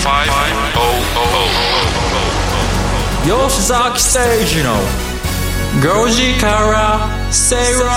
吉崎誠二の5時から正論。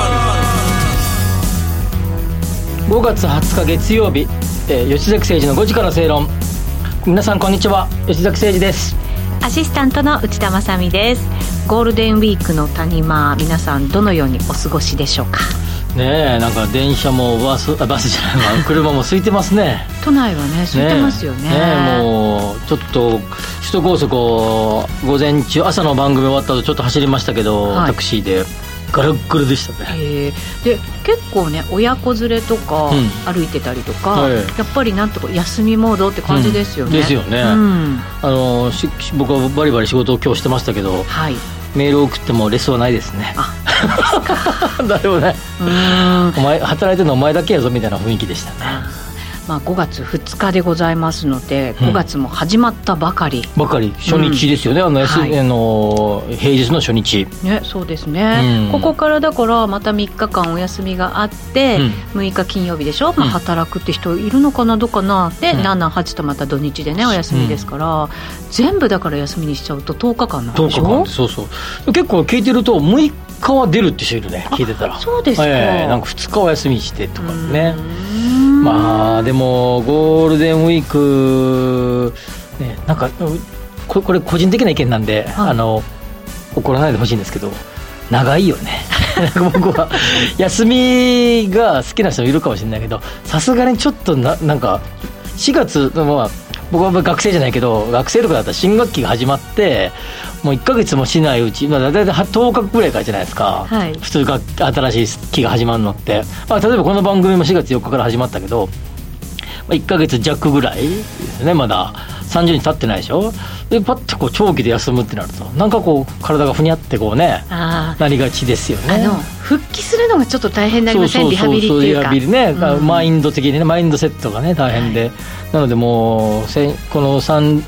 5月20日月曜日、吉崎誠二の5時から正論。皆さんこんにちは、吉崎誠二です。 アシスタントの内田まさみです。ゴールデンウィークの谷間、皆さんどのようにお過ごしでしょうか。 ねえ、なんか電車もバスじゃないわ車も空いてますね都内はね空いてますよ ねもうちょっと首都高速を午前中朝の番組終わった後ちょっと走りましたけど、はい、タクシーでガラッガラでしたね。 で結構ね親子連れとか歩いてたりとか、やっぱりなんとか休みモードって感じですよね、 ですよね、僕はバリバリ仕事を今日してましたけど、はい、メールを送ってもレスはないですね。誰もねお前働いてるのお前だけやぞみたいな雰囲気でしたね。 5月2日でございますので、5月も始まったばかり初日ですよね、平日の初日、 ね、そうですね、ここからだからまた3日間お休みがあって、6日金曜日でしょ、働くって人いるのかなどうかなで、7、8とまた土日でねお休みですから、全部だから休みにしちゃうと10日間なんでしょ。 10日間、そう結構聞いてると6日は出るって人いるね、聞いてたら。 そうですか、 なんか2日お休みしてとかね。でもゴールデンウィーク、ね、なんかこれ個人的な意見なんで、怒らないでほしいんですけど長いよね僕は休みが好きな人いるかもしれないけど、さすがにちょっとなんか4月、僕は学生じゃないけど学生とかだったら新学期が始まってもう1ヶ月もしないうち、だいたい10日ぐらいからじゃないですか、はい、普通が新しい期が始まるのって、例えばこの番組も4月4日から始まったけど、1ヶ月弱ぐらいですね。まだ30日経ってないでしょ。でパッとこう長期で休むってなるとなんかこう体がふにゃってこうねなりがちですよね。 復帰するのがちょっと大変になりません？リハビリっていうか、リハビリね、 マインド的にね、マインドセットがね大変で、なのでもうこの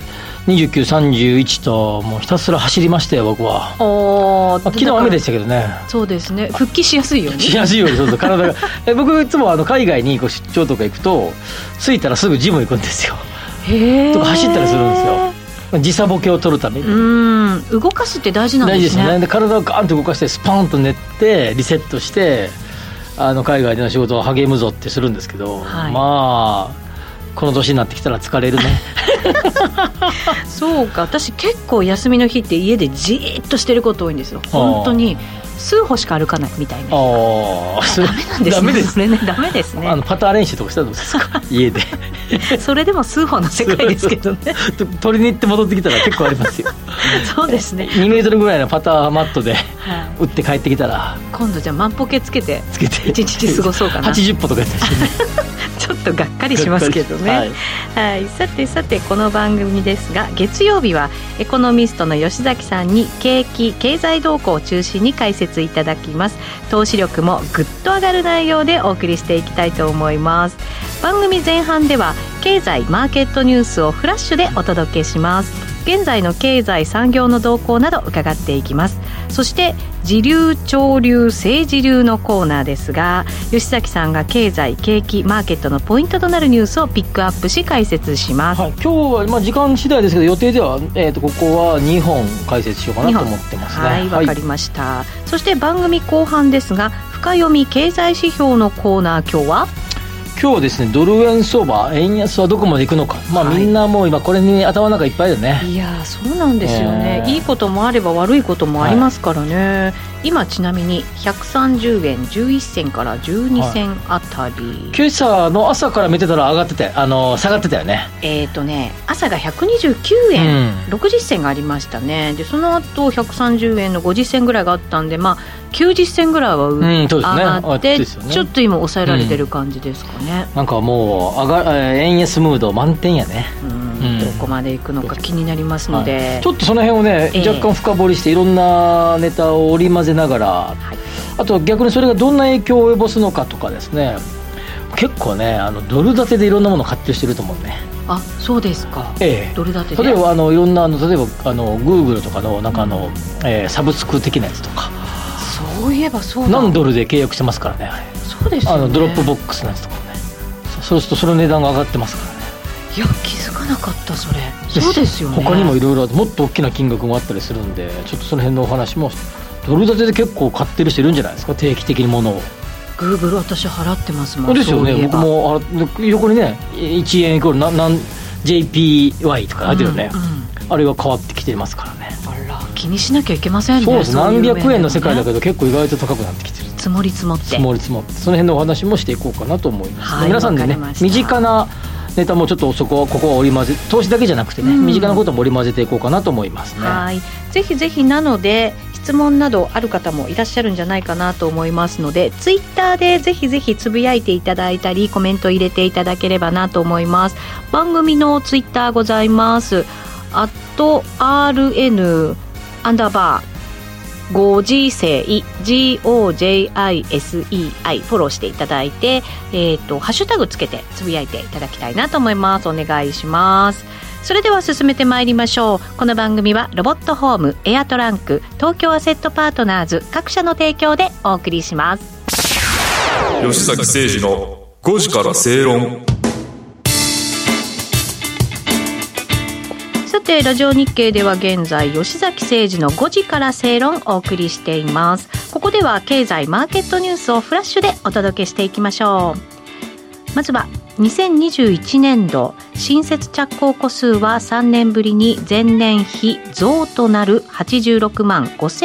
29、31ともうひたすら走りましたよ僕は。昨日雨でしたけどね。そうですね、 復帰しやすいよね。 しやすいようにそう体が僕いつも海外に出張とか行くと着いたらすぐジム行くんですよ。とか走ったりするんですよ、時差ボケを取るために。 動かすって大事なんですね。 大事ですね。で体をガーンと動かしてスパーンと練ってリセットして海外での仕事を励むぞってするんですけど、この年になってきたら疲れるねそうか、私結構休みの日って家でじーっとしてること多いんですよ。本当に数歩しか歩かないみたいな。ダメなんですね。ダメです。それね、ダメですね。 パター練習とかしたらどうですか家でそれでも数歩の世界ですけどね取りに行って戻ってきたら結構ありますよそうですね、 2メートルぐらいのパターマットで打って帰ってきたら、 今度じゃあ万歩計つけて1日過ごそうかな 80歩とかやったりしてねちょっとがっかりしますけどね、さてこの番組ですが、月曜日はエコノミストの吉崎さんに経済動向を中心に解説いただきます。投資力もぐっと上がる内容でお送りしていきたいと思います。番組前半では経済マーケットニュースをフラッシュでお届けします。現在の経済産業の動向など伺っていきます。そして時流潮流政治流のコーナーですが、吉崎さんが経済景気マーケットのポイントとなるニュースをピックアップし解説します、今日は時間次第ですけど予定では、ここは2本解説しようかなと思ってますね。 わかりました、そして番組後半ですが、深読み経済指標のコーナー、 今日はですね、ドル円相場、円安はどこまでいくのか、みんなもう今これに頭の中いっぱいだよね。 いやそうなんですよね、いいこともあれば悪いこともありますからね、今ちなみに130円11銭から12銭あたり、 今朝の朝から見てたら上がってて、下がってたよね。 朝が129円、60銭がありましたね。でその後130円の50銭ぐらいがあったんで、90銭ぐらいは上がって、ちょっと今抑えられてる感じですかね、 なんかもう円安ムード満点やね。 どこまでいくのか気になりますので、 ちょっとその辺をね、若干深掘りしていろんなネタを織り交ぜながら、あと逆にそれがどんな影響を及ぼすのかとかですね、結構ねドル建てでいろんなものを買ってる人いると思うね。 そうですか、ドル建てで例えばいろんな例えばGoogle とかのなんかサブスク的なやつとか、 そういえばそうだ、 何ドルで契約してますからね。 そうですよね、 ドロップボックスのやつとかね、そうするとその値段が上がってますからね。 いや気づかなかったそれ。そうですよね。 他にもいろいろもっと大きな金額もあったりするんで、ちょっとその辺のお話も。ドル建てで結構買ってる人いるんじゃないですか、定期的に物を。 グーグル私払ってますもん。 ですよね。僕も横にね1円イコール何 JPY とか入ってるよね、あれが変わってきてますからね。 あら、気にしなきゃいけませんね。 そうです。何百円の世界だけど結構意外と高くなってきてる。 積もり積もってその辺のお話もしていこうかなと思います、 はい、 皆さんでね身近なネタもちょっとここは織り交ぜ、投資だけじゃなくてね、身近なことも織り交ぜていこうかなと思いますね。 はい、ぜひぜひ、なので質問などある方もいらっしゃるんじゃないかなと思いますので、ツイッターでぜひぜひつぶやいていただいたりコメント入れていただければなと思います。番組のツイッターございます。@RN_ご時世 GOJISEI フォローしていただいて、ハッシュタグつけてつぶやいていただきたいなと思います。お願いします。それでは進めてまいりましょう。この番組はロボットホーム、エアトランク、東京アセットパートナーズ各社の提供でお送りします。 吉崎誠二の5時から正論。 さて、ラジオ日経では現在吉崎誠二の5時から正論をお送りしています。ここでは経済マーケットニュースをフラッシュでお届けしていきましょう。まずは2021年度新設着工戸数は3年ぶりに前年比増となる86万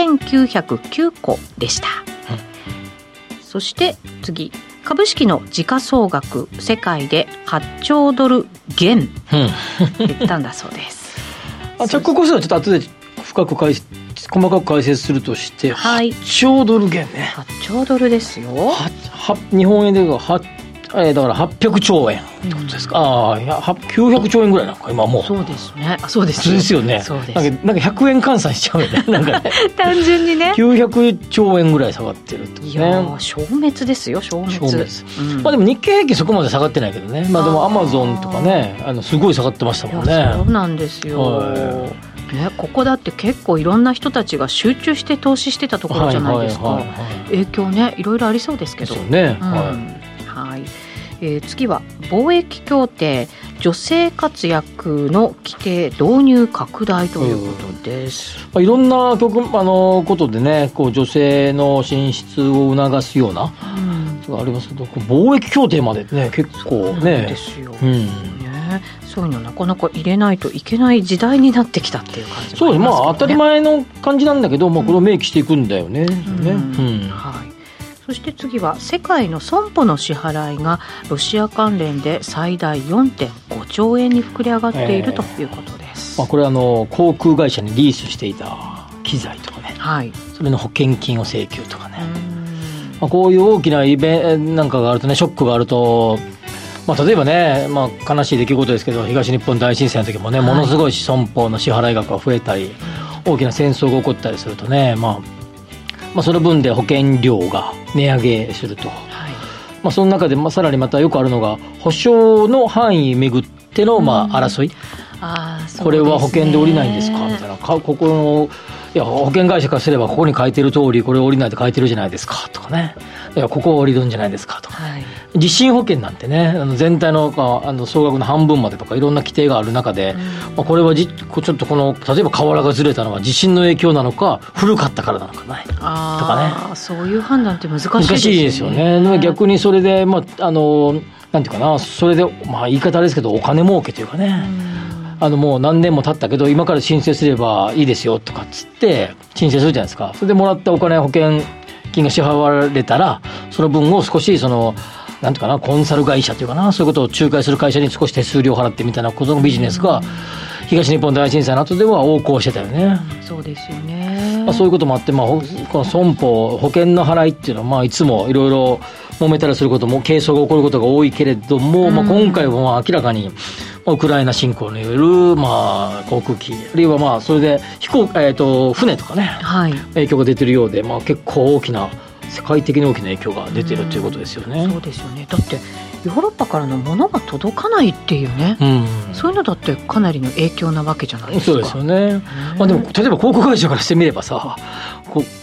5909戸でした、そして次、株式の時価総額世界で8兆ドル減、減ったんだそうです着工戸数はちょっと後で細かく解説するとして、 はい、 8兆ドル減ね。 8兆ドルですよ。 日本円でだから800兆円ってことですか、900兆円ぐらいなのか今もう。 そうですね。そうですよ。ですよね。 そうです。 なんか100円換算しちゃうよね。なんかね単純にね。 900兆円ぐらい下がってるってね。 いや消滅ですよ、消滅。 でも日経平均そこまで下がってないけどね。でもアマゾンとかねすごい下がってましたもんね。 そうなんですよ。ね、ここだって結構いろんな人たちが集中して投資してたところじゃないですか。影響ね、いろいろありそうですけど。 ですよね。 はい。次は貿易協定女性活躍の規定導入拡大ということです、 いろんなことでね、こう女性の進出を促すような、ありますけど、貿易協定までね結構ね。 ですよ、そういうのなかなか入れないといけない時代になってきたっていう感じがありますけどね。 そう、当たり前の感じなんだけど、これを明記していくんだよね。 はい。そして次は世界の損保の支払いがロシア関連で最大 4.5 兆円に膨れ上がっているということです、 これは航空会社にリースしていた機材とかね、それの保険金を請求とかね、こういう大きなイベントなんかがあるとね、ショックがあると、例えばね、悲しい出来事ですけど、東日本大震災の時もね、ものすごい損保の支払い額が増えたり、大きな戦争が起こったりするとね、その分で保険料が値上げすると、その中でさらにまたよくあるのが保証の範囲めぐっての争い、これは保険で降りないんですかみたいな、ここのいや保険会社からすればここに書いてる通りこれ降りないと書いてるじゃないですかとかね、いやここ降りるんじゃないですかとか、地震保険なんてね、全体の総額の半分までとかいろんな規定がある中で、これはちょっと例えば瓦がずれたのは地震の影響なのか古かったからなのかねとかね、 そういう判断って難しいですよね。 難しいですよね。逆にそれでなんていうかな、それで言い方あれですけどお金儲けというかね、もう何年も経ったけど今から申請すればいいですよとかっつって申請するじゃないですか。それでもらったお金、保険金が支払われたらその分を少しなんていうかな、コンサル会社というかな、そういうことを仲介する会社に少し手数料払ってみたいなことのビジネスが東日本大震災の後では横行してたよね。 そうですよね。 そういうこともあって、この損保保険の払いっていうのは、いつもいろいろ揉めたりすることも軽傷が起こることが多いけれども、今回は明らかにウクライナ侵攻による航空機、あるいはそれで船とかね、影響が出てるようで、結構大きな世界的に大きな影響が出てるということですよね。 そうですよね。だってヨーロッパからのものが届かないっていうね、そういうのだってかなりの影響なわけじゃないですか。 そうですよね。でも例えば航空会社からしてみればさ、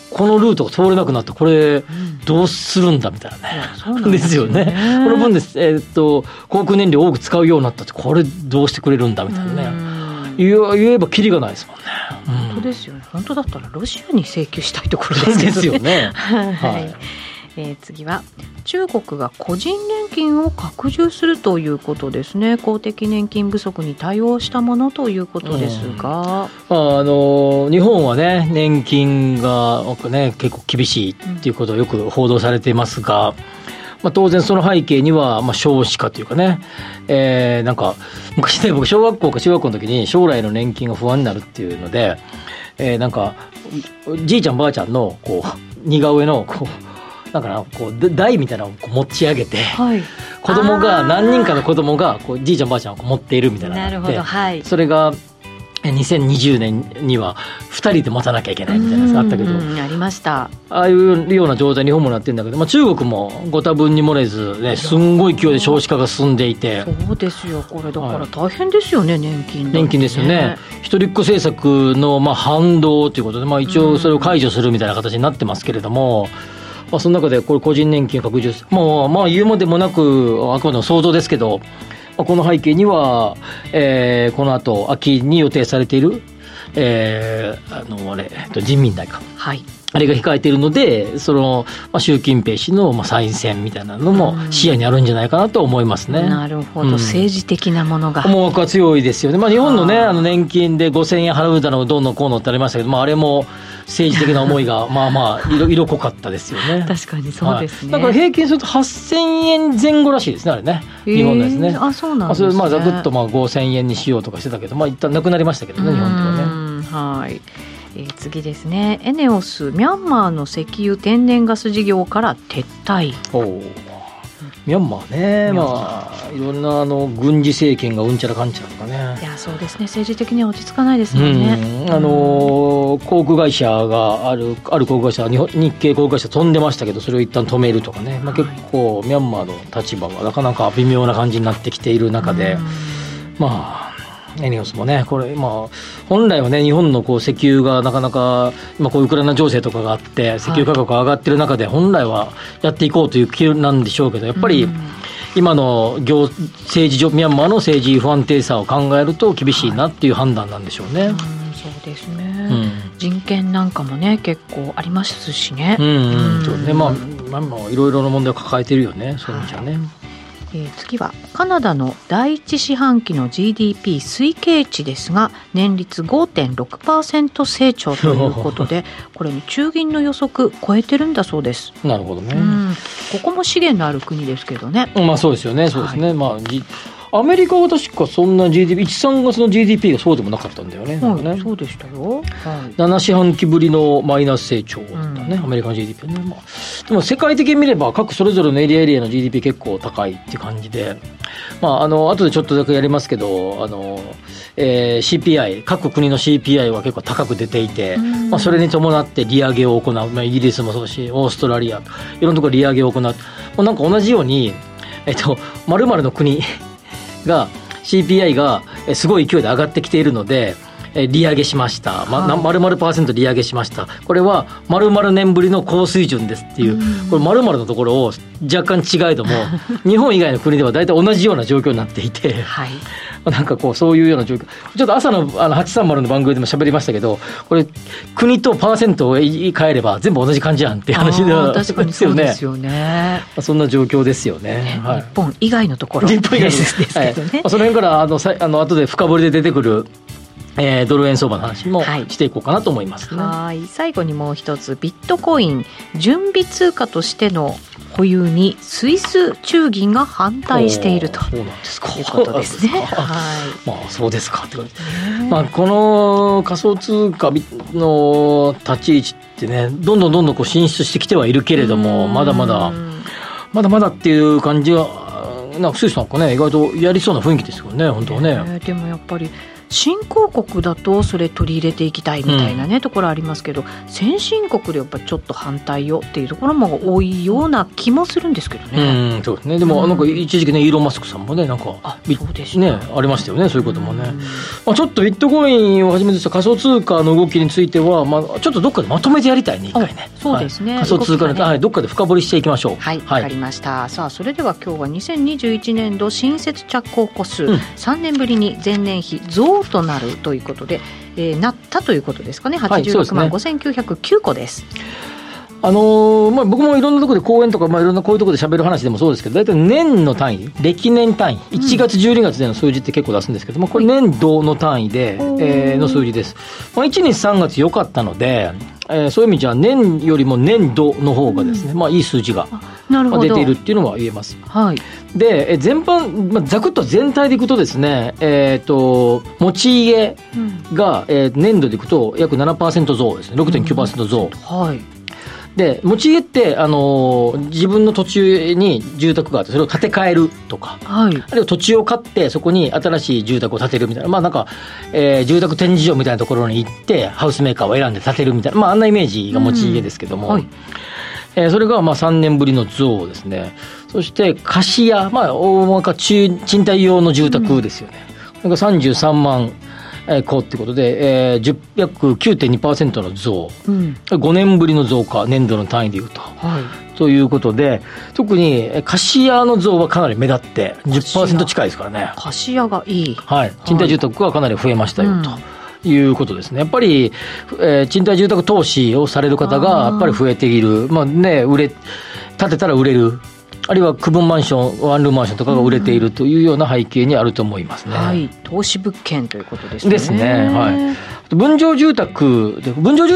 このルートが通れなくなってこれどうするんだみたいなね、ですよね。この分で、航空燃料を多く使うようになったってこれどうしてくれるんだみたいなね、言えばキリがないですもんね。 本当ですよね。本当だったらロシアに請求したいところですけどね。 ですよね。 はい次は中国が個人年金を拡充するということですね。公的年金不足に対応したものということですが、 日本はね年金が、ね、結構厳しいっていうことをよく報道されていますが、当然その背景には、少子化というかね、なんか昔ね僕小学校か中学校の時に将来の年金が不安になるっていうので、なんかじいちゃんばあちゃんのこう似顔絵のこうだからこう台みたいなのを持ち上げて、子供が何人かの子供がこうじいちゃんばあちゃんを持っているみたいなのがあって、 なるほど、 それが2020年には2人で持たなきゃいけないみたいなのがあったけど、 ありました。 ああいうような状態に日本もなってるんだけど、中国もご多分に漏れず、ね、すんごい勢いで少子化が進んでいて、 そうですよ。これだから大変ですよね、年金ですよね。一人っ子政策の反動ということで、一応それを解除するみたいな形になってますけれども、その中でこれ個人年金拡充、言うまでもなくあくまでも想像ですけど、この背景には、この後秋に予定されている、人民大か、あれが控えているので、その、習近平氏の再選みたいなのも視野にあるんじゃないかなと思いますね。 なるほど、政治的なものが思惑は強いですよね。日本のね年金で5000円払うだのどうのこうのってありましたけど、あれも政治的な思いが色濃かったですよね。 確かにそうですね。 だから平均すると8000円前後らしいですね、あれね、日本のですね。 そうなんですね。 それざくっと5000円にしようとかしてたけど、一旦なくなりましたけどね、日本ではね。 次ですね。エネオスミャンマーの石油天然ガス事業から撤退。 ミャンマーね、いろんな軍事政権がうんちゃらかんちゃらとかね。 いやそうですね、政治的には落ち着かないですもんね。 航空会社がある航空会社、日系航空会社飛んでましたけど、それを一旦止めるとかね、結構ミャンマーの立場がなかなか微妙な感じになってきている中で、エネオスもね、これ本来はね日本の石油がなかなかこういうウクライナ情勢とかがあって石油価格が上がってる中で本来はやっていこうという気なんでしょうけど、やっぱり今の政治上ミャンマーの政治不安定さを考えると厳しいなっていう判断なんでしょうね。 そうですね、人権なんかもね結構ありますしね。 そうね、いろいろな問題を抱えてるよね、そういう意味じゃね。 次はカナダの第一四半期の GDP 推計値ですが、年率 5.6% 成長ということでこれ中銀の予測超えてるんだそうです。 なるほどね。 ここも資源のある国ですけどね。そうですよね。 そうですね。アメリカは確かそんな GDP、1、3月の GDP がそうでもなかったんだよね。 そうでしたよ。 7四半期ぶりのマイナス成長だったね、アメリカの GDP はね。でも世界的に見れば各それぞれのエリアの GDP 結構高いっていう感じで、後でちょっとだけやりますけど、CPI、各国の CPI は結構高く出ていて、それに伴って利上げを行う、イギリスもそうし、オーストラリア、いろんなところ利上げを行う。なんか同じように、〇〇の国が CPI がすごい勢いで上がってきているので利上げしました、〇〇%利上げしました、これは〇〇年ぶりの高水準ですっていう、これ〇〇のところを若干違いども日本以外の国では大体同じような状況になっていて、なんかそういうような状況、ちょっと朝の830の番組でも喋りましたけど、これ国とパーセントを変えれば全部同じ感じやんっていう話では確かにそうですよね。 そんな状況ですよね。 日本以外のところですけどね。 その辺から後で深掘りで出てくるドル円相場の話もしていこうかなと思いますね。 最後にもう一つ、ビットコイン準備通貨としての保有にスイス中銀が反対しているということですね。 そうですかって感じ。この仮想通貨の立ち位置ってね、どんどん進出してきてはいるけれども、まだまだっていう感じはスイスなんかね意外とやりそうな雰囲気ですよね、本当はね。 でもやっぱり新興国だとそれ取り入れていきたいみたいなね、ところありますけど、先進国でやっぱりちょっと反対よっていうところも多いような気もするんですけどね。 そうですね。でもなんか一時期ね、イーロン・マスクさんもね、なんかそうでしたね、ありましたよね、そういうこともね。ちょっとビットコインをはじめとした仮想通貨の動きについては、ちょっとどっかでまとめてやりたいね、一回ね。 そうですね、 仮想通貨の、どっかで深掘りしていきましょう。 はい、わかりました。さあ、それでは今日は2021年度新設着工戸数、3年ぶりに前年比増となるということで、なったということですかね。86万5909個です。 僕もいろんなところで講演とか、いろんなこういうところで喋る話でもそうですけど、大体年の単位、歴年単位、1月12月での数字って結構出すんですけども、これ年度の単位で、の数字です。1日3月良かったので、そういう意味じゃ年よりも年度の方がですね、いい数字が出ているっていうのは言えます。 はい。 で、全般、ざくっと全体でいくとですね、持ち家が、年度でいくと約 7% 増ですね。6.9% 増。 はい。 で、持ち家って、自分の土地に住宅があって、それを建て替えるとか、あるいは土地を買って、そこに新しい住宅を建てるみたいな、住宅展示場みたいなところに行って、ハウスメーカーを選んで建てるみたいな、あんなイメージが持ち家ですけども、それが3年ぶりの増ですね。そして、貸家、大まか賃貸用の住宅ですよね。なんか33万個ってことで、約 9.2% の増、5年ぶりの増加、年度の単位でいうと、ということで、特に貸家の増はかなり目立って 10% 近いですからね。 貸家がいい、 賃貸住宅はかなり増えましたよ、ということですね。やっぱり、賃貸住宅投資をされる方がやっぱり増えている。建てたら売れる、あるいは区分マンション、ワンルームマンションとかが売れているというような背景にあると思いますね。 投資物件ということですね。 ですね。分譲住宅って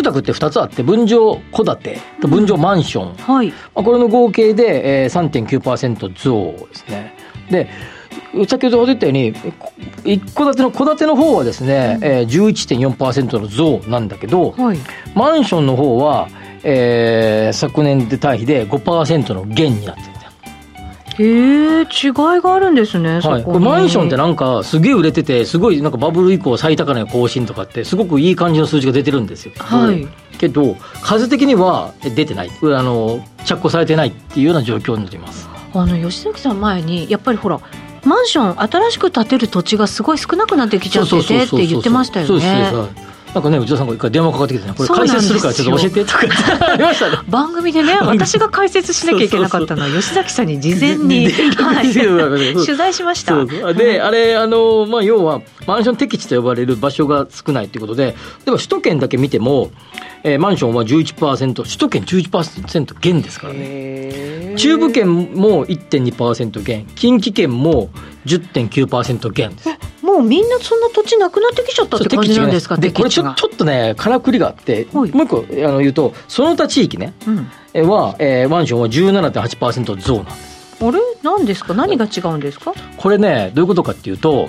2つあって、分譲戸建てと分譲マンション。これの合計で 3.9% 増ですね。で、先ほど言ったように、一戸建ての戸建ての方はですね、11.4% の増なんだけど、マンションの方は、昨年で対比で 5% の減になってるんだよ。 違いがあるんですね。そこにこれマンションってなんかすげえ売れてて、すごいなんかバブル以降最高値更新とかってすごくいい感じの数字が出てるんですよ。けど数的には出てない、着工されてないっていうような状況になります。 吉崎さん、前にやっぱりほら、マンション新しく建てる土地がすごい少なくなってきちゃっててって言ってましたよね。 なんかね、内田さんが一回電話かかってきてね、これ解説するからちょっと教えてとかありましたね。 番組でね、私が解説しなきゃいけなかったのは吉崎さんに事前に取材しました。 で、あれ、要はマンション適地と呼ばれる場所が少ないということで、でも首都圏だけ見ても、マンションは 11%、首都圏 11% 減ですからね。中部圏も 1.2% 減、近畿圏も 10.9% 減です。 もうみんなそんな土地なくなってきちゃったって感じなんですか。 で、これちょっとね、からくりがあって、もう一個言うと、その他地域ね、は、マンションは 17.8% 増なんです。 あれ、何ですか、何が違うんですか。 これね、どういうことかっていうと、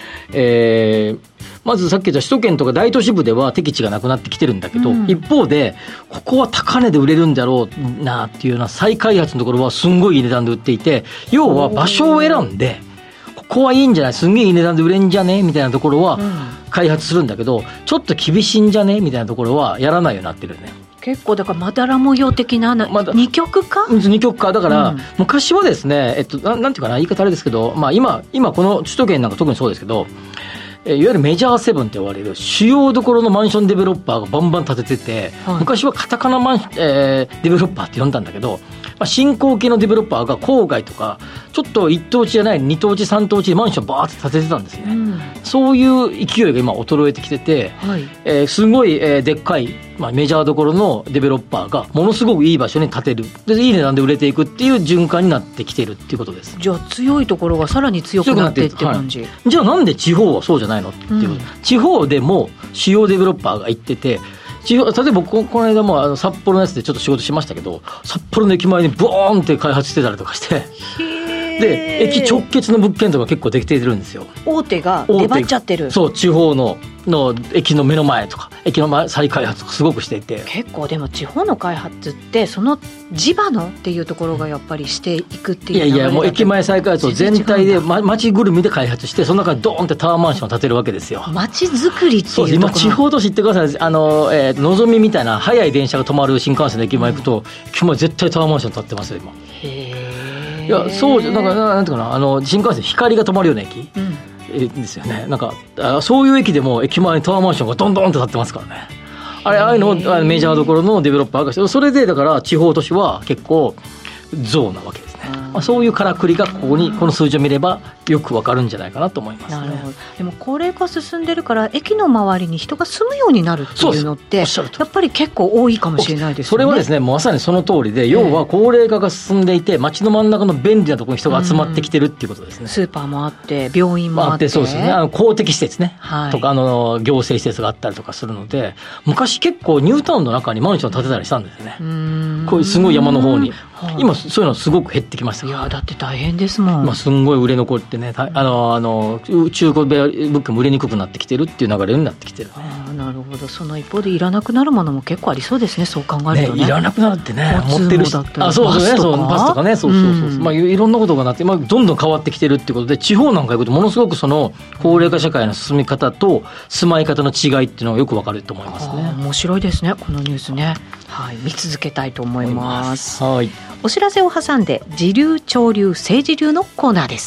まずさっき言った首都圏とか大都市部では適地がなくなってきてるんだけど、一方でここは高値で売れるんだろうなっていうような再開発のところはすんごいいい値段で売っていて、要は場所を選んでここはいいんじゃない、すんげえいい値段で売れんじゃねみたいなところは開発するんだけど、ちょっと厳しいんじゃねみたいなところはやらないようになってるね。 結構だからまだら模様的な、二極化だから、昔はですね、なんていうかな、言い方あれですけど、今この首都圏なんか特にそうですけど、いわゆるメジャーセブンと呼ばれる主要どころのマンションデベロッパーがバンバン建ててて、昔はカタカナデベロッパーって呼んだんだけど、新興系のデベロッパーが郊外とかちょっと一等地じゃない二等地三等地でマンションバーって建ててたんですね、そういう勢いが今衰えてきてて、すごい、でっかい、メジャーどころのデベロッパーがものすごくいい場所に建てる、でいい値段で売れていくっていう循環になってきてるっていうことです。 じゃあ強いところがさらに強くなってって感じ、 じゃあなんで地方はそうじゃないのっていうこと、地方でも主要デベロッパーが行ってて、例えばこの間も札幌のやつでちょっと仕事しましたけど、札幌の駅前にボーンって開発してたりとかして、で駅直結の物件とか結構できているんですよ。 大手が出張っちゃってる。 そう、地方のの駅の目の前とか駅の前再開発とかすごくしていて、 結構でも地方の開発ってその地場のっていうところがやっぱりしていくっていう流れ。 いやいやもう駅前再開発を全体で街ぐるみで開発して、その中にドーンってタワーマンションを建てるわけですよ。 街づくりっていうところ。 そう今地方都市行ってください。のぞみみたいな速い電車が止まる新幹線の駅前行くと、今日も絶対タワーマンション建ってますよ今。 へいやそうなんていうかな、新幹線光が止まるような駅、ですよね。なんかそういう駅でも駅前にタワーマンションがどんどんと建ってますからね。ああいうのをメジャーどころのデベロッパーがして、それでだから地方都市は結構増なわけですね。そういうからくりがこの数字を見ればよくわかるんじゃないかなと思いますね。 なるほど。でも高齢化進んでるから駅の周りに人が住むようになるっていうのってやっぱり結構多いかもしれないですよね。 それはですねまさにその通りで、要は高齢化が進んでいて街の真ん中の便利なところに人が集まってきてるっていうことですね。 スーパーもあって病院もあって、 そうですね、公的施設ね、とか行政施設があったりとかするので、昔結構ニュータウンの中にマンション建てたりしたんですね。こういうすごい山の方に。今そういうのすごく減ってきました。 いやだって大変ですもん。 今すんごい売れ残ってね、中古物件も売れにくくなってきてるっていう流れになってきてるね。 なるほど。その一方でいらなくなるものも結構ありそうですね、そう考えるとね。 いらなくなるってね、 持ってる人だったらそうですね、バスとかね、そう、いろんなことがなって、どんどん変わってきてるっていうことで、地方なんか行くとものすごくその高齢化社会の進み方と住まい方の違いっていうのがよくわかると思いますね。 面白いですねこのニュースね。見続けたいと思います。 はい。 お知らせを挟んで時流潮流政治流のコーナーです。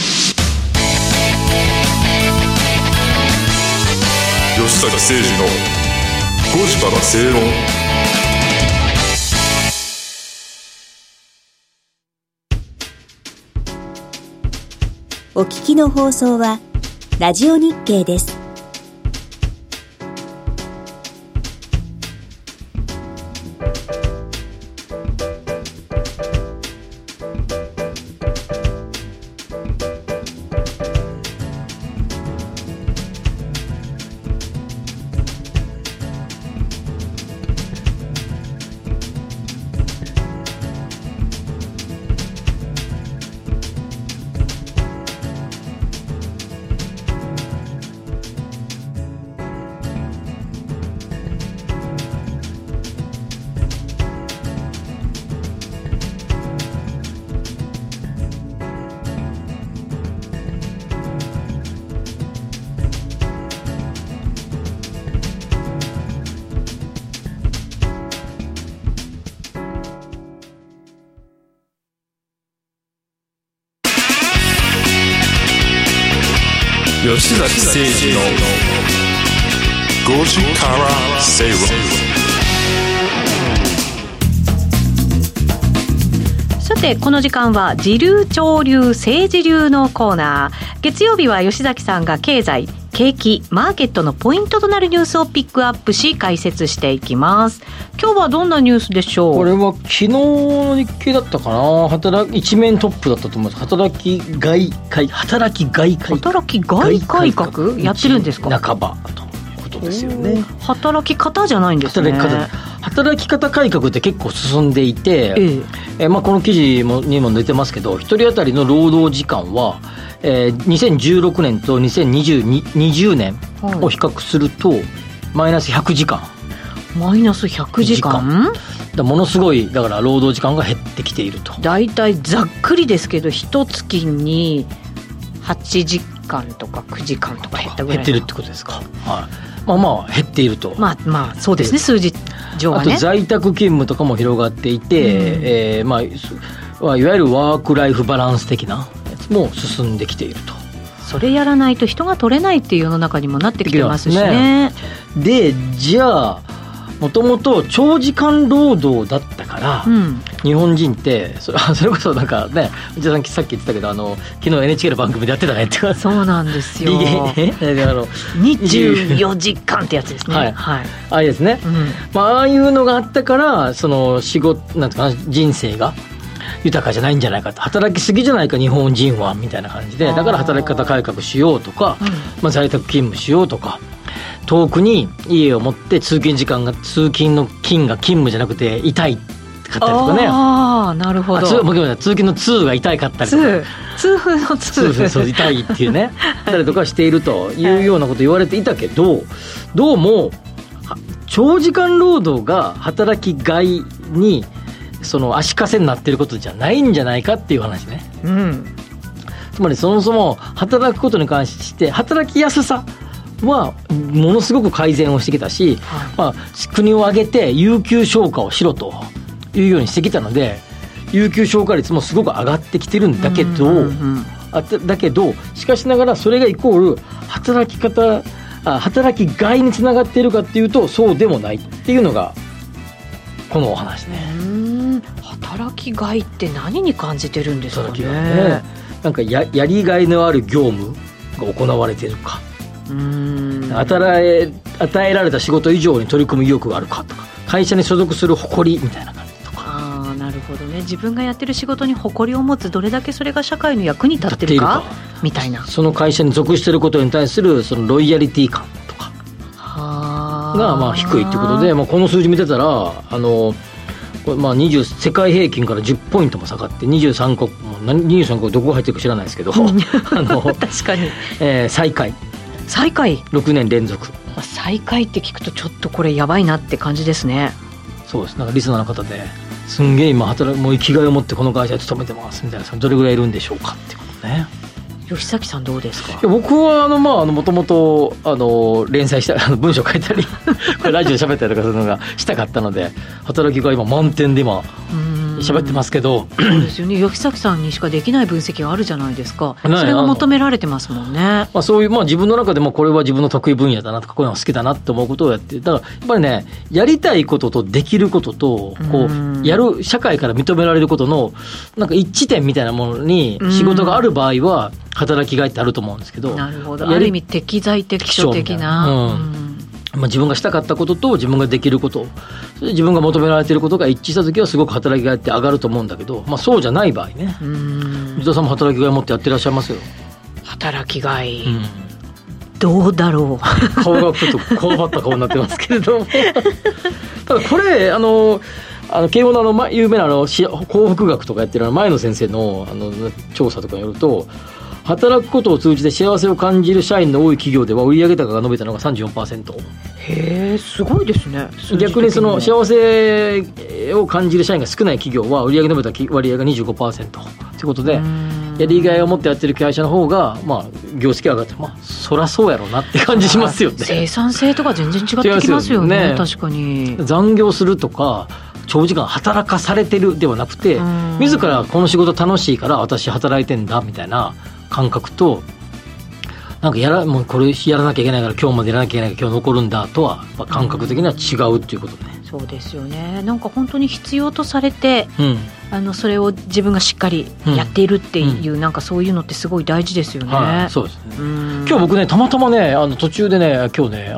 吉崎誠二の5時から正論。 お聞きの放送はラジオ日経です。 吉崎誠二の5時から正論。 さてこの時間は時流潮流政治流のコーナー。月曜日は吉崎さんが経済景気マーケットのポイントとなるニュースをピックアップし解説していきます。今日はどんなニュースでしょう。 これは昨日の日経だったかな。一面トップだったと思います。働き外改革やってるんですか。 半ばということですよね。 働き方じゃないんですね。 働き方改革って結構進んでいて、この記事にも出てますけど、1人当たりの労働時間は、2016年と2020年を比較すると、マイナス100時間。 マイナス100時間ものすごいだから労働時間が減ってきていると。 だいたいざっくりですけど一月に8時間とか9時間とか減ったぐらい。 減ってるってことですか。減っていると。 そうですね、数字上はね。 あと在宅勤務とかも広がっていて、いわゆるワークライフバランス的なやつも進んできていると。 それやらないと人が取れないっていう世の中にもなってきてますしね。 でじゃあもともと長時間労働だったから、日本人ってそれこそなんかね、内田さんさっき言ってたけど昨日 NHK の番組でやってたねって。 そうなんですよ。24時間ってやつですね。 ああいうですね、ああいうのがあったからその仕事なんていうかな、人生が豊かじゃないんじゃないかと、働きすぎじゃないか日本人はみたいな感じで、だから働き方改革しようとか、在宅勤務しようとか、遠くに家を持って通勤の勤が勤務じゃなくて痛いかったりとかね。 ああ、なるほど。 通勤の通が痛かったりとか、 痛風の痛そう痛いっていうねたりとかしているというようなこと言われていたけど、どうも長時間労働が働きがいにその足かせになっていることじゃないんじゃないかっていう話ね。つまりそもそも働くことに関して働きやすさはものすごく改善をしてきたし、国を挙げて有給消化をしろというようにしてきたので、有給消化率もすごく上がってきてるんだけど、しかしながらそれがイコール働きがいにつながっているかっていうとそうでもないっていうのがこのお話ね。 働きがいって何に感じてるんですかね。 働きがいね、なんか やりがいのある業務が行われているか、与えられた仕事以上に取り組む意欲があるかとか、会社に所属する誇りみたいな感じとか。 なるほどね。自分がやってる仕事に誇りを持つ、どれだけそれが社会の役に立ってるかみたいな、その会社に属していることに対するそのロイヤリティ感とかが低いということで、この数字見てたら世界平均から10ポイントも下がって23国どこが入ってるか知らないですけど確かに、 最下位6年連続。 最下位って聞くとちょっとこれやばいなって感じですね。 そうです。なんかリスナーの方ですんげえ今もう生きがいを持ってこの会社に勤めてますみたいな、どれぐらいいるんでしょうかってことね。 吉崎さんどうですか。 僕はもともと連載した文章書いたりこれラジオで喋ったりとかするのがしたかったので、働きが今満点で今喋ってますけど、 そうですよね。吉崎さんにしかできない分析があるじゃないですか。それが求められてますもんね。 そういう自分の中でもこれは自分の得意分野だなとか、こういうのが好きだなって思うことをやって、だからやっぱりね、やりたいこととできることとやる社会から認められることのなんか一致点みたいなものに仕事がある場合は働きがいってあると思うんですけど。 なるほど。ある意味適材適所的な、 自分がしたかったことと自分ができること、自分が求められていることが一致したときはすごく働きがいって上がると思うんだけど、そうじゃない場合ね。水田さんも働きがいを持ってやってらっしゃいますよ。 働きがい、どうだろう顔がちょっとこわばった顔になってますけれどもただこれ慶応の有名な幸福学とかやってる前野先生の調査とかによると、働くことを通じて幸せを感じる社員の多い企業では売上高が伸びたのが 34%。 へえ、すごいですね。 逆にその幸せを感じる社員が少ない企業は売上伸びた割合が 25% ということで、やりがいを持ってやってる会社の方が業績上がって、そりゃそうやろうなって感じしますよね。 生産性とか全然違ってきますよね。確かに残業するとか長時間働かされてるではなくて、自らこの仕事楽しいから私働いてんだみたいな感覚と、なんかもうこれやらなきゃいけないから今日までやらなきゃいけないから今日残るんだとは感覚的には違うっていうことね。 そうですよね。なんか本当に必要とされて、それを自分がしっかりやっているっていう、なんかそういうのってすごい大事ですよね。 そうですね。今日僕ね、たまたまね途中でね、今日ね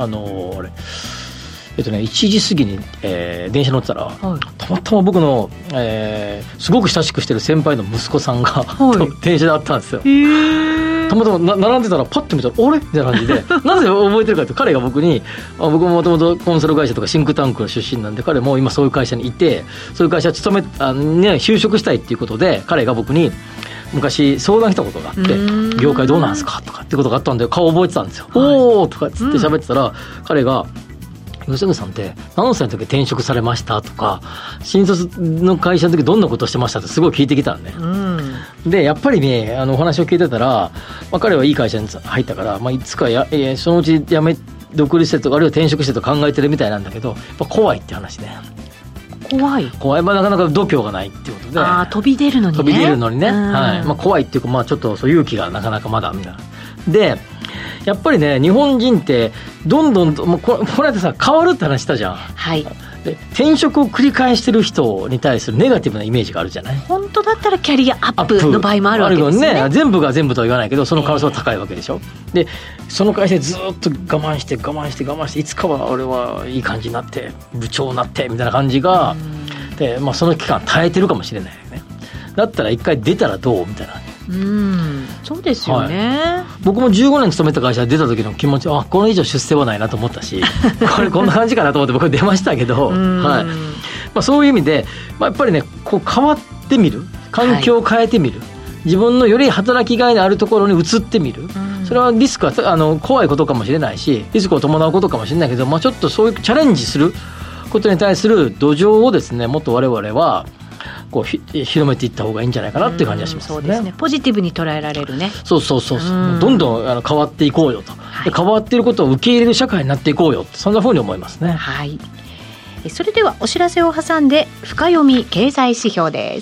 1時過ぎに、電車乗ってたら、たまたま僕の、すごく親しくしてる先輩の息子さんが、電車で会ったんですよ。たまたま並んでたらパッと見たらあれみたいな感じでなぜ覚えてるかって彼が僕に僕ももともとコンサル会社とかシンクタンクの出身なんで彼も今そういう会社にいてそういう会社勤め就職したいっていうことで彼が僕に昔相談したことがあって業界どうなんですかとかってことがあったんで顔覚えてたんですよ、はい、おーとかっつって喋ってたら、彼が吉永さんって何歳の時転職されましたとか新卒の会社の時どんなことしてましたってすごい聞いてきたんで、でやっぱりねお話を聞いてたら、彼はいい会社に入ったから、いつかそのうち辞め独立してとかあるいは転職してと考えてるみたいなんだけどやっぱ怖いって話ね。 怖い、 なかなか度胸がないっていうことで飛び出るのにね、 はい、怖いっていうか、ちょっとそう勇気がなかなかまだみたいなでやっぱりね日本人ってどんどんこれってさ変わるって話したじゃん、 はい、 で転職を繰り返してる人に対するネガティブなイメージがあるじゃない。 本当だったらキャリアアップの場合もあるわけですね。 全部が全部とは言わないけどその可能性は高いわけでしょ、でその会社でずっと我慢していつかは俺はいい感じになって部長になってみたいな感じがで、その期間耐えてるかもしれないよね。だったら一回出たらどうみたいな。 そうですよね、 はい、僕も15年勤めた会社で出た時の気持ちこれ以上出世はないなと思ったしこんな感じかなと思って僕出ましたけど、はい、 そういう意味で、やっぱりねこう変わってみる、環境を変えてみる、自分のより働きがいのあるところに移ってみる、それはリスクは怖いことかもしれないし、リスクを伴うことかもしれないけど、ちょっとそういうチャレンジすることに対する土壌をですね、もっと我々はこう広めていった方がいいんじゃないかなっていう感じがしますね。 そうですね、ポジティブに捉えられるね。 そうどんどん変わっていこうよと、で変わっていることを受け入れる社会になっていこうよ、そんなふうに思いますね。 はい、それではお知らせを挟んで深読み経済指標です。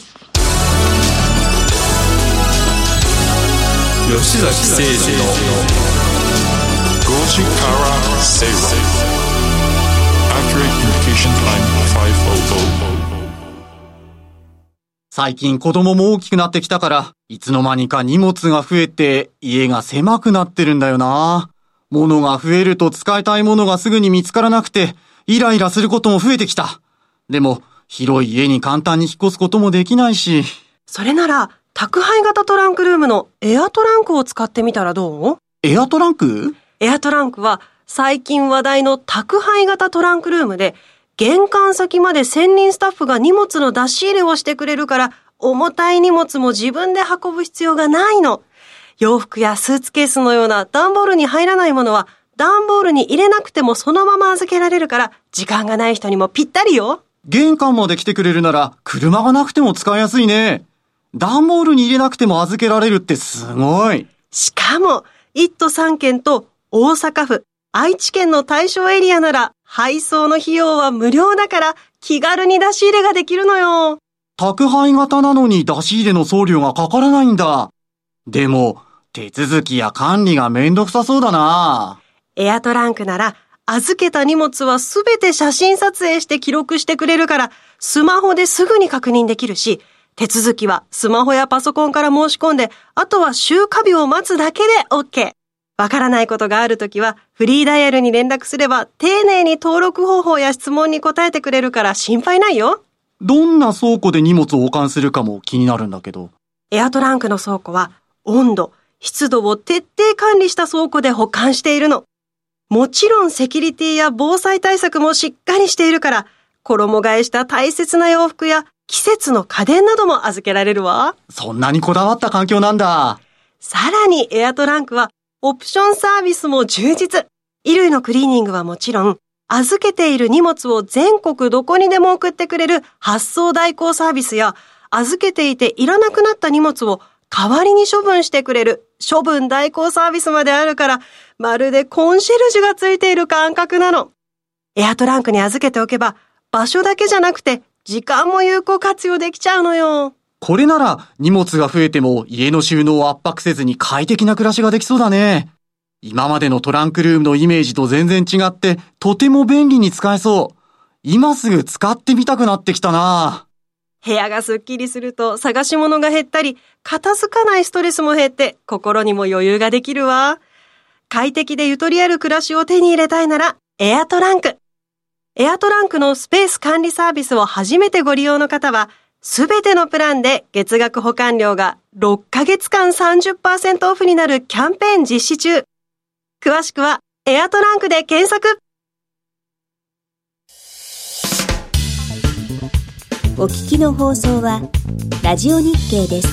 吉崎誠二の5時から正論 Accurate Communication Time 500。 最近子供も大きくなってきたから、いつの間にか荷物が増えて家が狭くなってるんだよな。物が増えると使いたいものがすぐに見つからなくて、イライラすることも増えてきた。でも、広い家に簡単に引っ越すこともできないし。 それなら、宅配型トランクルームのエアトランクを使ってみたらどう？ エアトランク？ エアトランクは最近話題の宅配型トランクルームで、玄関先まで専任スタッフが荷物の出し入れをしてくれるから、重たい荷物も自分で運ぶ必要がないの。洋服やスーツケースのような段ボールに入らないものは、段ボールに入れなくてもそのまま預けられるから、時間がない人にもぴったりよ。 玄関まで来てくれるなら、車がなくても使いやすいね。段ボールに入れなくても預けられるってすごい。 しかも、1都3県と大阪府、愛知県の対象エリアなら、配送の費用は無料だから、気軽に出し入れができるのよ。 宅配型なのに出し入れの送料がかからないんだ。でも、手続きや管理がめんどくさそうだな。 エアトランクなら、預けた荷物はすべて写真撮影して記録してくれるから、スマホですぐに確認できるし、手続きはスマホやパソコンから申し込んで、あとは集荷日を待つだけで OK。わからないことがあるときは、フリーダイヤルに連絡すれば、丁寧に登録方法や質問に答えてくれるから心配ないよ。 どんな倉庫で荷物を保管するかも気になるんだけど。 エアトランクの倉庫は、温度、湿度を徹底管理した倉庫で保管しているの。もちろんセキュリティや防災対策もしっかりしているから、衣替えした大切な洋服や季節の家電なども預けられるわ。 そんなにこだわった環境なんだ。 さらにエアトランクはオプションサービスも充実。衣類のクリーニングはもちろん、預けている荷物を全国どこにでも送ってくれる発送代行サービスや、預けていていらなくなった荷物を代わりに処分してくれる処分代行サービスまであるから、まるでコンシェルジュがついている感覚なの。エアトランクに預けておけば、場所だけじゃなくて時間も有効活用できちゃうのよ。 これなら荷物が増えても家の収納を圧迫せずに快適な暮らしができそうだね。今までのトランクルームのイメージと全然違って、とても便利に使えそう。今すぐ使ってみたくなってきたな。 部屋がすっきりすると探し物が減ったり、片付かないストレスも減って心にも余裕ができるわ。快適でゆとりある暮らしを手に入れたいならエアトランク。エアトランクのスペース管理サービスを初めてご利用の方は、すべてのプランで月額保管料が6ヶ月間 30% オフになるキャンペーン実施中。詳しくはエアトランクで検索。 お聞きの放送はラジオ日経です。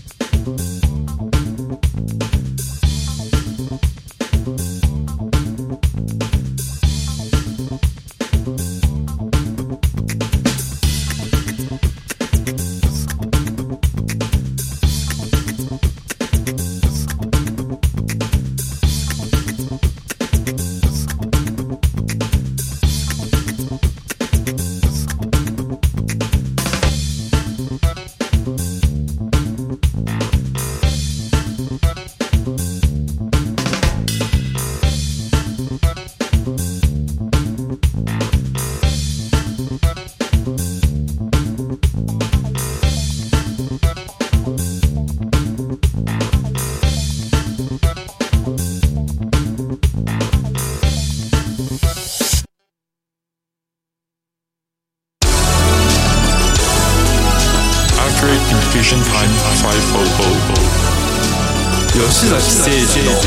Communication Time 500。吉崎誠二の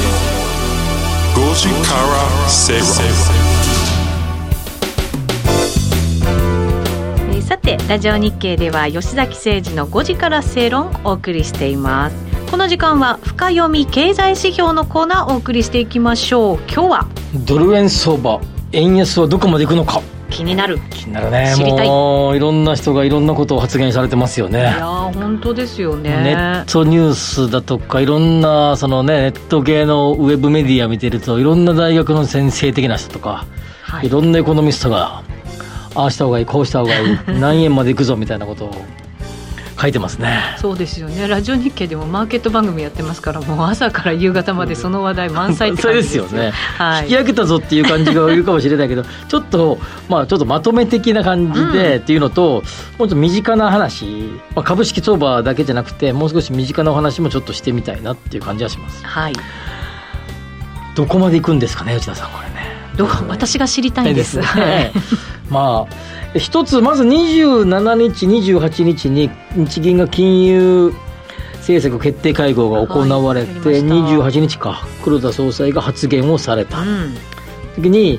5時から正論。 てラジオ日経では吉崎誠二の5時から正論をお送りしています。この時間は深読み経済指標のコーナーをお送りしていきましょう。今日はドル円相場、円安はどこまでいくのか。 気になるね。 知りたい。 もういろんな人がいろんなことを発言されてますよね。 いや本当ですよね。 ネットニュースだとかいろんなその、ね、ネット系のウェブメディア見てるといろんな大学の先生的な人とか、はい、いろんなエコノミストがああした方がいいこうした方がいい何円までいくぞみたいなことを書いてますね。 そうですよね。ラジオ日経でもマーケット番組やってますから、もう朝から夕方までその話題満載って感じですよ。 そうですよね、 はい、 引き上げたぞっていう感じがいるかもしれないけどちょっとまとめ的な感じでっていうのと、もっと身近な話、株式相場だけじゃなくてもう少し身近なお話もちょっとしてみたいなっていう感じはします。 はい。 どこまで行くんですかね、内田さん、これね。 私が知りたいんです。 ね一つまず27日28日に日銀が金融政策決定会合が行われて、28日か黒田総裁が発言をされた、時に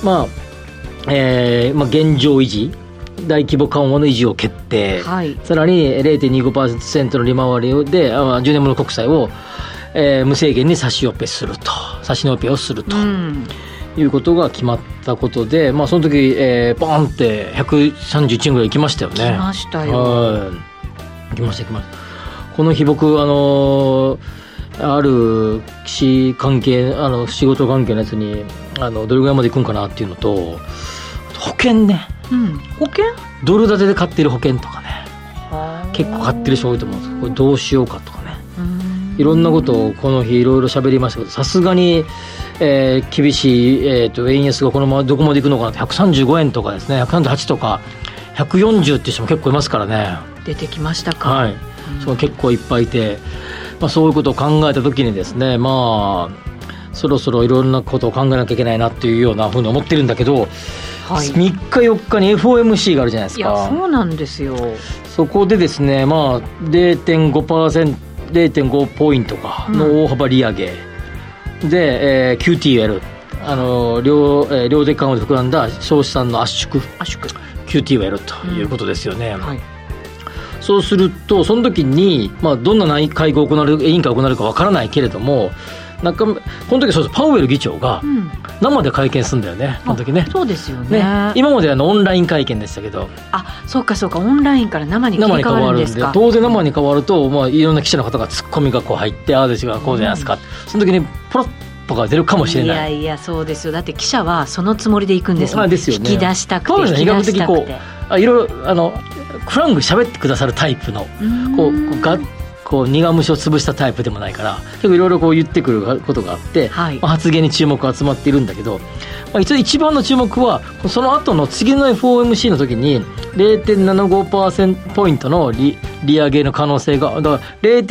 現状維持、大規模緩和の維持を決定、さらに 0.25% の利回りで10年もの国債を、無制限に差し納めをすると、いうことが決まったことで、その時、バーンって131円ぐらい行きましたよね。 行きましたよ。 行きました。この日僕ある仕事関係のやつにどれぐらいまで行くんかなっていうのと、保険ね、 保険ドル建てで買ってる保険とかね、結構買ってる人多いと思うんですけど、これどうしようかとかね、いろんなことをこの日いろいろ喋りましたけど、さすがに厳しい、円安がこのままどこまでいくのかなって、135円とかですね、138とか140っていう人も結構いますからね。 出てきましたか。 はい、そう結構いっぱいいて、そういうことを考えた時にですね、そろそろいろんなことを考えなきゃいけないなっていうようなふうに思ってるんだけど、3日4日に FOMC があるじゃないですか。 いやそうなんですよ。 そこでですね、0.5 ポイントかの大幅利上げ、で、QT をやる、量的緩和で膨らんだ消費産の圧縮 QT をやるということですよね。そうするとその時に、どんな会合を行われる、委員会を行われるかわからないけれども、この時パウエル議長が生で会見するんだよね、この時ね。 そうですよね。 今までオンライン会見でしたけど、 そうかオンラインから生に切り替わるんですか。 当然生に変わると、いろんな記者の方がツッコミがこう入って、ああですがこうじゃないですか、その時にポロッとか出るかもしれない。 いやそうですよ。だって記者はそのつもりで行くんですもん。 ですよね。 引き出したくて引き出したくて、 いろいろフランク喋ってくださるタイプのこう苦虫を潰したタイプでもないから、結構いろいろこう言ってくることがあって、発言に注目が集まっているんだけど、一番の注目はその後の次の FOMC の時に 0.75% ポイントの利上げの可能性が、だから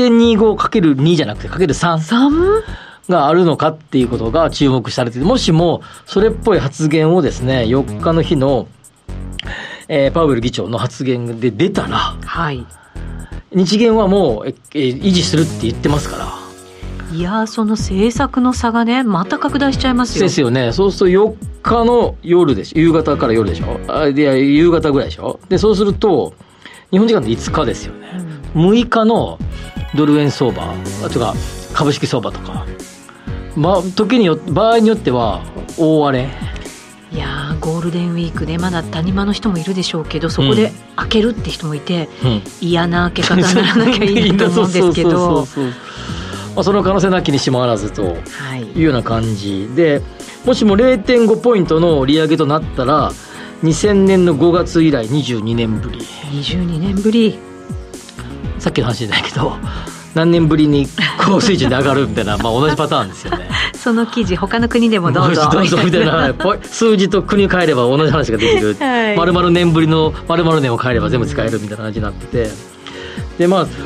0.25×2 じゃなくて ×3 があるのかっていうことが注目されていて、もしもそれっぽい発言をですね、4日の日の、パウエル議長の発言で出たら、日銀はもう維持するって言ってますから。 いやその政策の差がね、また拡大しちゃいますよ。 ですよね。そうすると4日の夜でしょ、夕方から夜でしょ、夕方ぐらいでしょ。でそうすると日本時間で5日ですよね、6日のドル円相場とか株式相場とか、場合によっては大荒れ。 いやゴールデンウィークでまだ谷間の人もいるでしょうけど、そこで開けるって人もいて、嫌な開け方にならなきゃいいと思うんですけど、 その可能性なきにしもあらずというような感じで、もしも 0.5 ポイントの利上げとなったら2000年の5月以来22年ぶり。 22年ぶり。 さっきの話じゃないけど何年ぶりに高水準で上がるみたいな同じパターンですよね。 その記事他の国でもどうぞみたいな数字と国を変えれば同じ話ができる、丸々年ぶりの丸々年を変えれば全部使えるみたいな感じになってて、で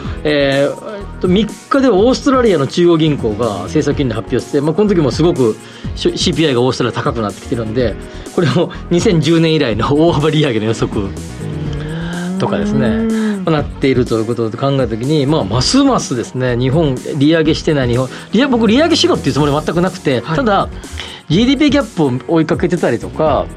3日ではオーストラリアの中央銀行が政策金利発表して、この時もすごく CPI がオーストラリア高くなってきてるんで、これも2010年以来の大幅利上げの予測とかですねなっているということで考えたときに、ますますですね、日本利上げしてない日本、僕利上げしろっていうつもりは全くなくて、ただ GDP ギャップを追いかけてたりとか、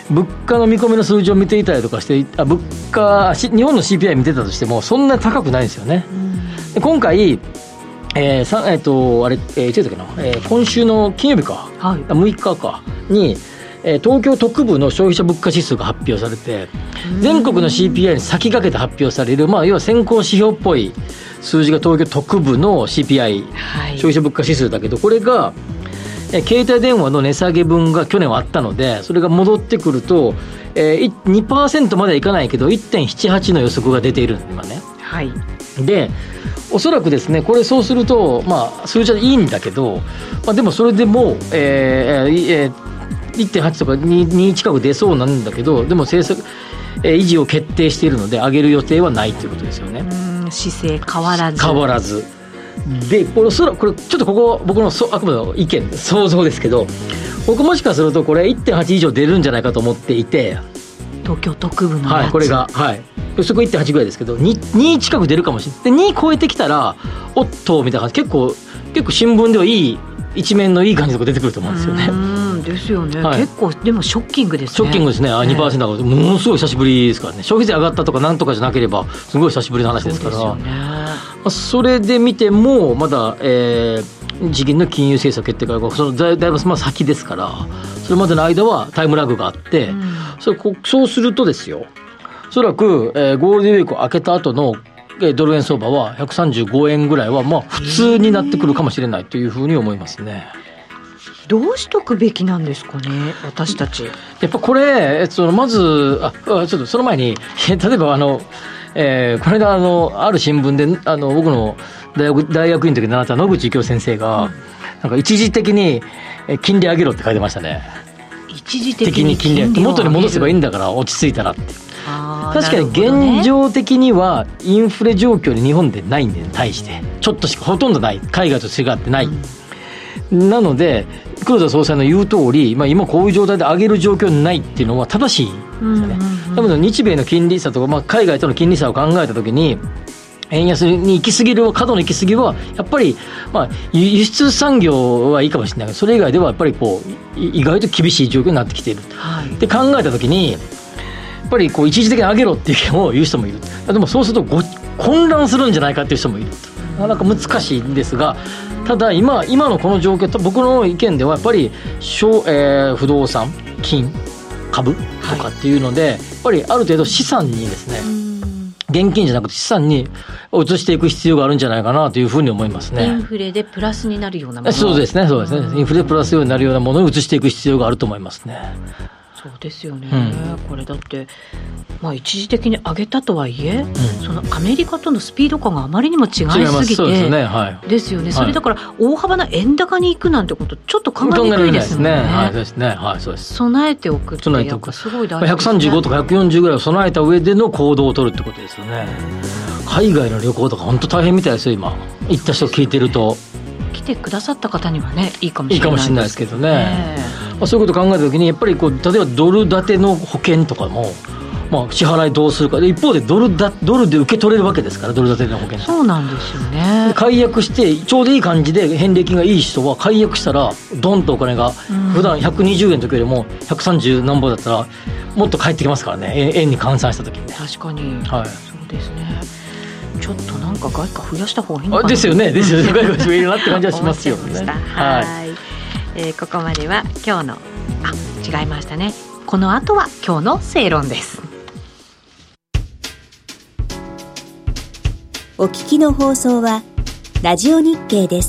物価の見込みの数字を見ていたりとかして、日本の CPI 見てたとしてもそんなに高くないんですよね。で今回、いつだっけな、今週の金曜日か、6日かに、東京特部の消費者物価指数が発表されて、全国の CPI に先駆けて発表される、要は先行指標っぽい数字が東京特部の CPI、消費者物価指数だけど、これが携帯電話の値下げ分が去年はあったので、それが戻ってくると、2% まではいかないけど 1.78 の予測が出ている今ね。でおそらくですね、これそうすると、数字はいいんだけど、でもそれでも、1.8 とか 2近く出そうなんだけど、でも政策、維持を決定しているので上げる予定はないということですよね。 姿勢変わらずで、これちょっとここ僕のあくまでの意見想像ですけど、僕もしかするとこれ 1.8 以上出るんじゃないかと思っていて、 東京特部のやつ、 これが予測 1.8 ぐらいですけど 2近く出るかもしれない。で2超えてきたらおっとみたいな感じ、結構新聞ではいい一面のいい感じとか出てくると思うんですよね。 ですよね、結構でもショッキングですね。 ショッキングですね。2% がものすごい久しぶりですからね。消費税上がったとかなんとかじゃなければすごい久しぶりの話ですから。そうですよね。それで見てもまだ、日銀の金融政策決定からだいぶ先ですから、それまでの間はタイムラグがあって、そうするとですよ、おそらく、ゴールデンウィークを明けた後のドル円相場は135円ぐらいは普通になってくるかもしれないというふうに思いますね。 どうしとくべきなんですかね、私たち。 やっぱこれ、まずちょっとその前に例えばこの間ある新聞で僕の大学院の時に習った野口幸雄先生が、なんか一時的に金利上げろって書いてましたね。 一時的に金利上げて元に戻せばいいんだから落ち着いたらって。確かに現状的にはインフレ状況に日本でないんで、対してちょっとしかほとんどない、海外と違ってない、なので黒田総裁の言う通り、今こういう状態で上げる状況にないっていうのは正しいですよね。多分日米の金利差とか、海外との金利差を考えたときに、円安に行き過ぎる過度の行き過ぎはやっぱり、輸出産業はいいかもしれないけど、それ以外ではやっぱり意外と厳しい状況になってきているって考えたときに、やっぱり一時的に上げろっていう意見を言う人もいる。でもそうすると混乱するんじゃないかっていう人もいると。なかなか難しいんですが、ただ今のこの状況、僕の意見ではやっぱり不動産、金、株とかっていうので、やっぱりある程度資産にですね、現金じゃなくて資産に移していく必要があるんじゃないかなというふうに思いますね。 インフレでプラスになるようなもの。 そうですね。インフレでプラスになるようなものを移していく必要があると思いますね。 そうですよね、これだって一時的に上げたとはいえ、そのアメリカとのスピード感があまりにも違いすぎてですよね。それだから大幅な円高に行くなんてことちょっと考えにくいですもんね。備えておくってやっぱすごい大事ですね。 135とか140ぐらいを備えた上での行動を取るってことですよね。海外の旅行とか本当大変みたいですよ。今行った人聞いてると、 来てくださった方にはねいいかもしれないですけどね。そういうことを考えたときに、やっぱり例えばドル建ての保険とかも、支払いどうするかで、一方でドルで受け取れるわけですから、ドル建ての保険。 そうなんですよね。 解約してちょうどいい感じで返礼金がいい人は解約したらドンとお金が、普段120円の時よりも130何本だったらもっと返ってきますからね、円に換算した時にね。 確かに、そうですね。ちょっとなんか外貨増やした方がいいのかな。 ですよね。外貨増えるなって感じはしますよね。 ここまでは今日の違いましたね。この後は今日の正論です。 お聞きの放送はラジオ日経です。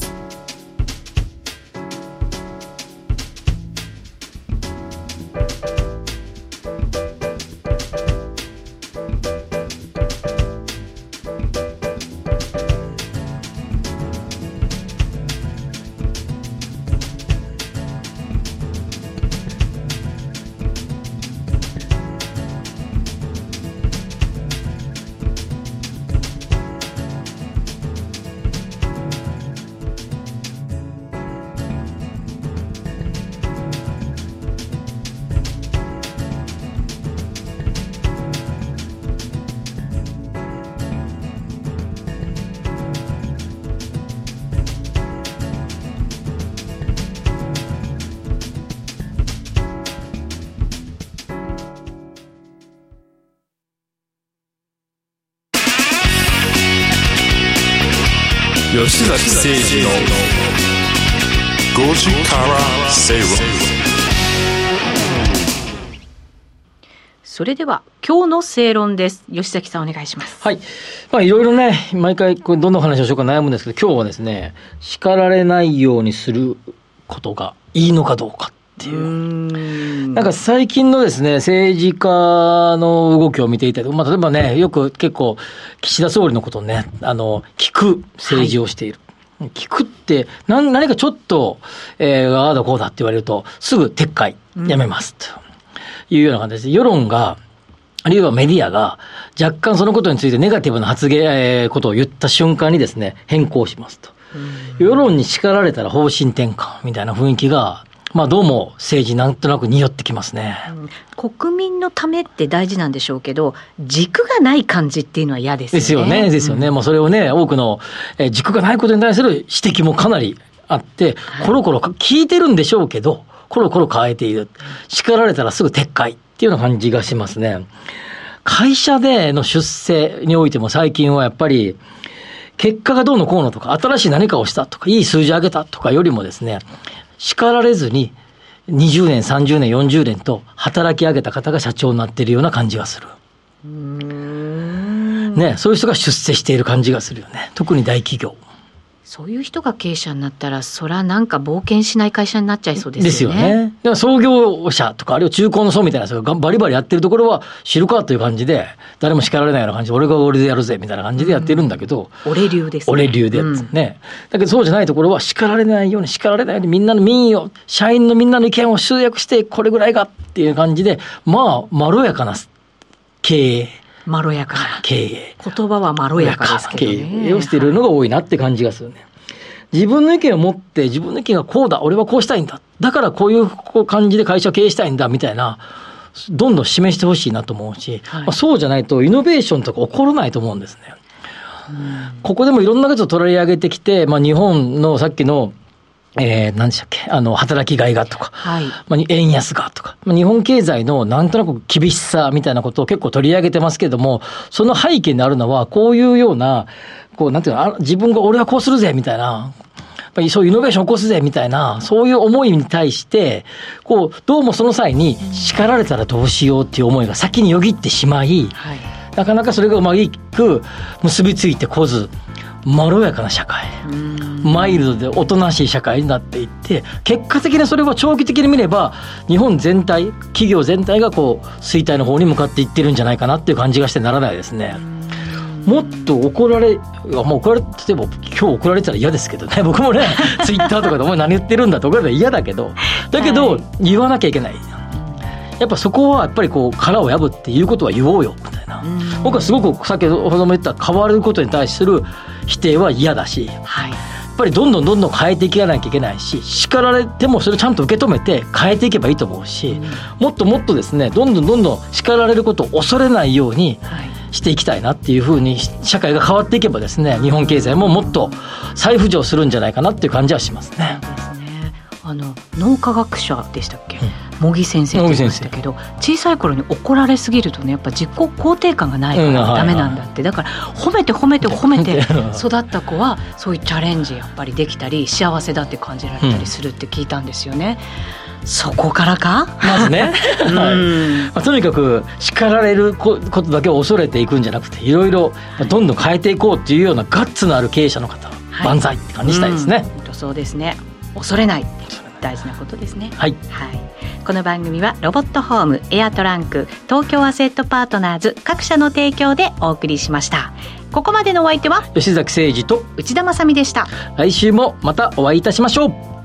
吉崎誠二の5時から正論。 それでは今日の正論です。吉崎さんお願いします。 はい。いろいろね、毎回どんな話をしようか悩むんですけど、今日はですね、叱られないようにすることがいいのかどうかっていう。なんか最近のですね、政治家の動きを見ていたり、例えばね、よく結構岸田総理のことをね、聞く政治をしている。はい、聞くって何かちょっと、ああだこうだって言われると、すぐ撤回、やめますと。いうような感じです。世論が、あるいはメディアが若干そのことについてネガティブな発言、ことを言った瞬間にですね、変更しますと。世論に叱られたら方針転換みたいな雰囲気が、どうも政治なんとなく匂ってきますね。 国民のためって大事なんでしょうけど、軸がない感じっていうのは嫌ですよね。ですよね。それをね、多くの軸がないことに対する指摘もかなりあって、コロコロ聞いてるんでしょうけど、コロコロ変えている。叱られたらすぐ撤回っていうような感じがしますね。会社での出世においても最近はやっぱり、結果がどうのこうのとか、新しい何かをしたとか、いい数字上げたとかよりもですね、叱られずに20年、30年、40年と働き上げた方が社長になっているような感じがする。ね、そういう人が出世している感じがするよね。特に大企業。 そういう人が経営者になったら、そらなんか冒険しない会社になっちゃいそうですよね。 ですよね。でも創業者とか、あるいは中高の層みたいな人がバリバリやってるところは知るかという感じで、誰も叱られないような感じで、俺が俺でやるぜみたいな感じでやってるんだけど、 俺流ですね。 俺流でね。だけどそうじゃないところは叱られないようにみんなの民意を、社員のみんなの意見を集約して、これぐらいがっていう感じで、まろやかな経営。 まろやかな経営。 言葉はまろやかですけどね。 経営をしているのが多いなって感じがするね。自分の意見を持って、自分の意見がこうだ、俺はこうしたいんだ、だからこういう感じで会社を経営したいんだみたいな、どんどん示してほしいなと思うし、そうじゃないとイノベーションとか起こらないと思うんですね。ここでもいろんなことを取り上げてきて、日本のさっきの何でしたっけ、働きがいがとか、円安がとか、日本経済のなんとなく厳しさみたいなことを結構取り上げてますけれども、その背景にあるのは、こういうような、なんていうの、自分が俺はこうするぜみたいな、やっぱりそういうイノベーションを起こすぜみたいな、そういう思いに対して、どうもその際に叱られたらどうしようっていう思いが先によぎってしまい、なかなかそれがうまく結びついてこず、まろやかな社会、マイルドでおとなしい社会になっていって、結果的にそれは長期的に見れば日本全体、企業全体が衰退の方に向かっていってるんじゃないかなっていう感じがしてならないですね。もっと怒られ例えば今日怒られてたら嫌ですけどね、僕もねツイッターとかでお前何言ってるんだって怒られたら嫌だけど、言わなきゃいけない。やっぱそこはやっぱり殻を破って言うことは言おうよみたいな。僕はすごく先ほども言った変わることに対する否定は嫌だし、やっぱりどんどん変えていかなきゃいけないし、叱られてもそれをちゃんと受け止めて変えていけばいいと思うし、もっともっとですね、どんどん叱られることを恐れないようにしていきたいなっていうふうに、社会が変わっていけばですね、日本経済ももっと再浮上するんじゃないかなっていう感じはしますね。 脳科学者でしたっけ、茂木先生って言いましたけど、小さい頃に怒られすぎるとね、やっぱ自己肯定感がないからダメなんだって、だから褒めて育った子はそういうチャレンジやっぱりできたり幸せだって感じられたりするって聞いたんですよね。そこからかまずね、とにかく叱られることだけを恐れていくんじゃなくて、いろいろどんどん変えていこうっていうようなガッツのある経営者の方、万歳って感じしたいですね。 そうですね、恐れない大事なことですね。この番組はロボットホームエアトランク、東京アセットパートナーズ各社の提供でお送りしました。ここまでのお相手は吉崎誠二と内田まさみでした。 来週もまたお会いいたしましょう。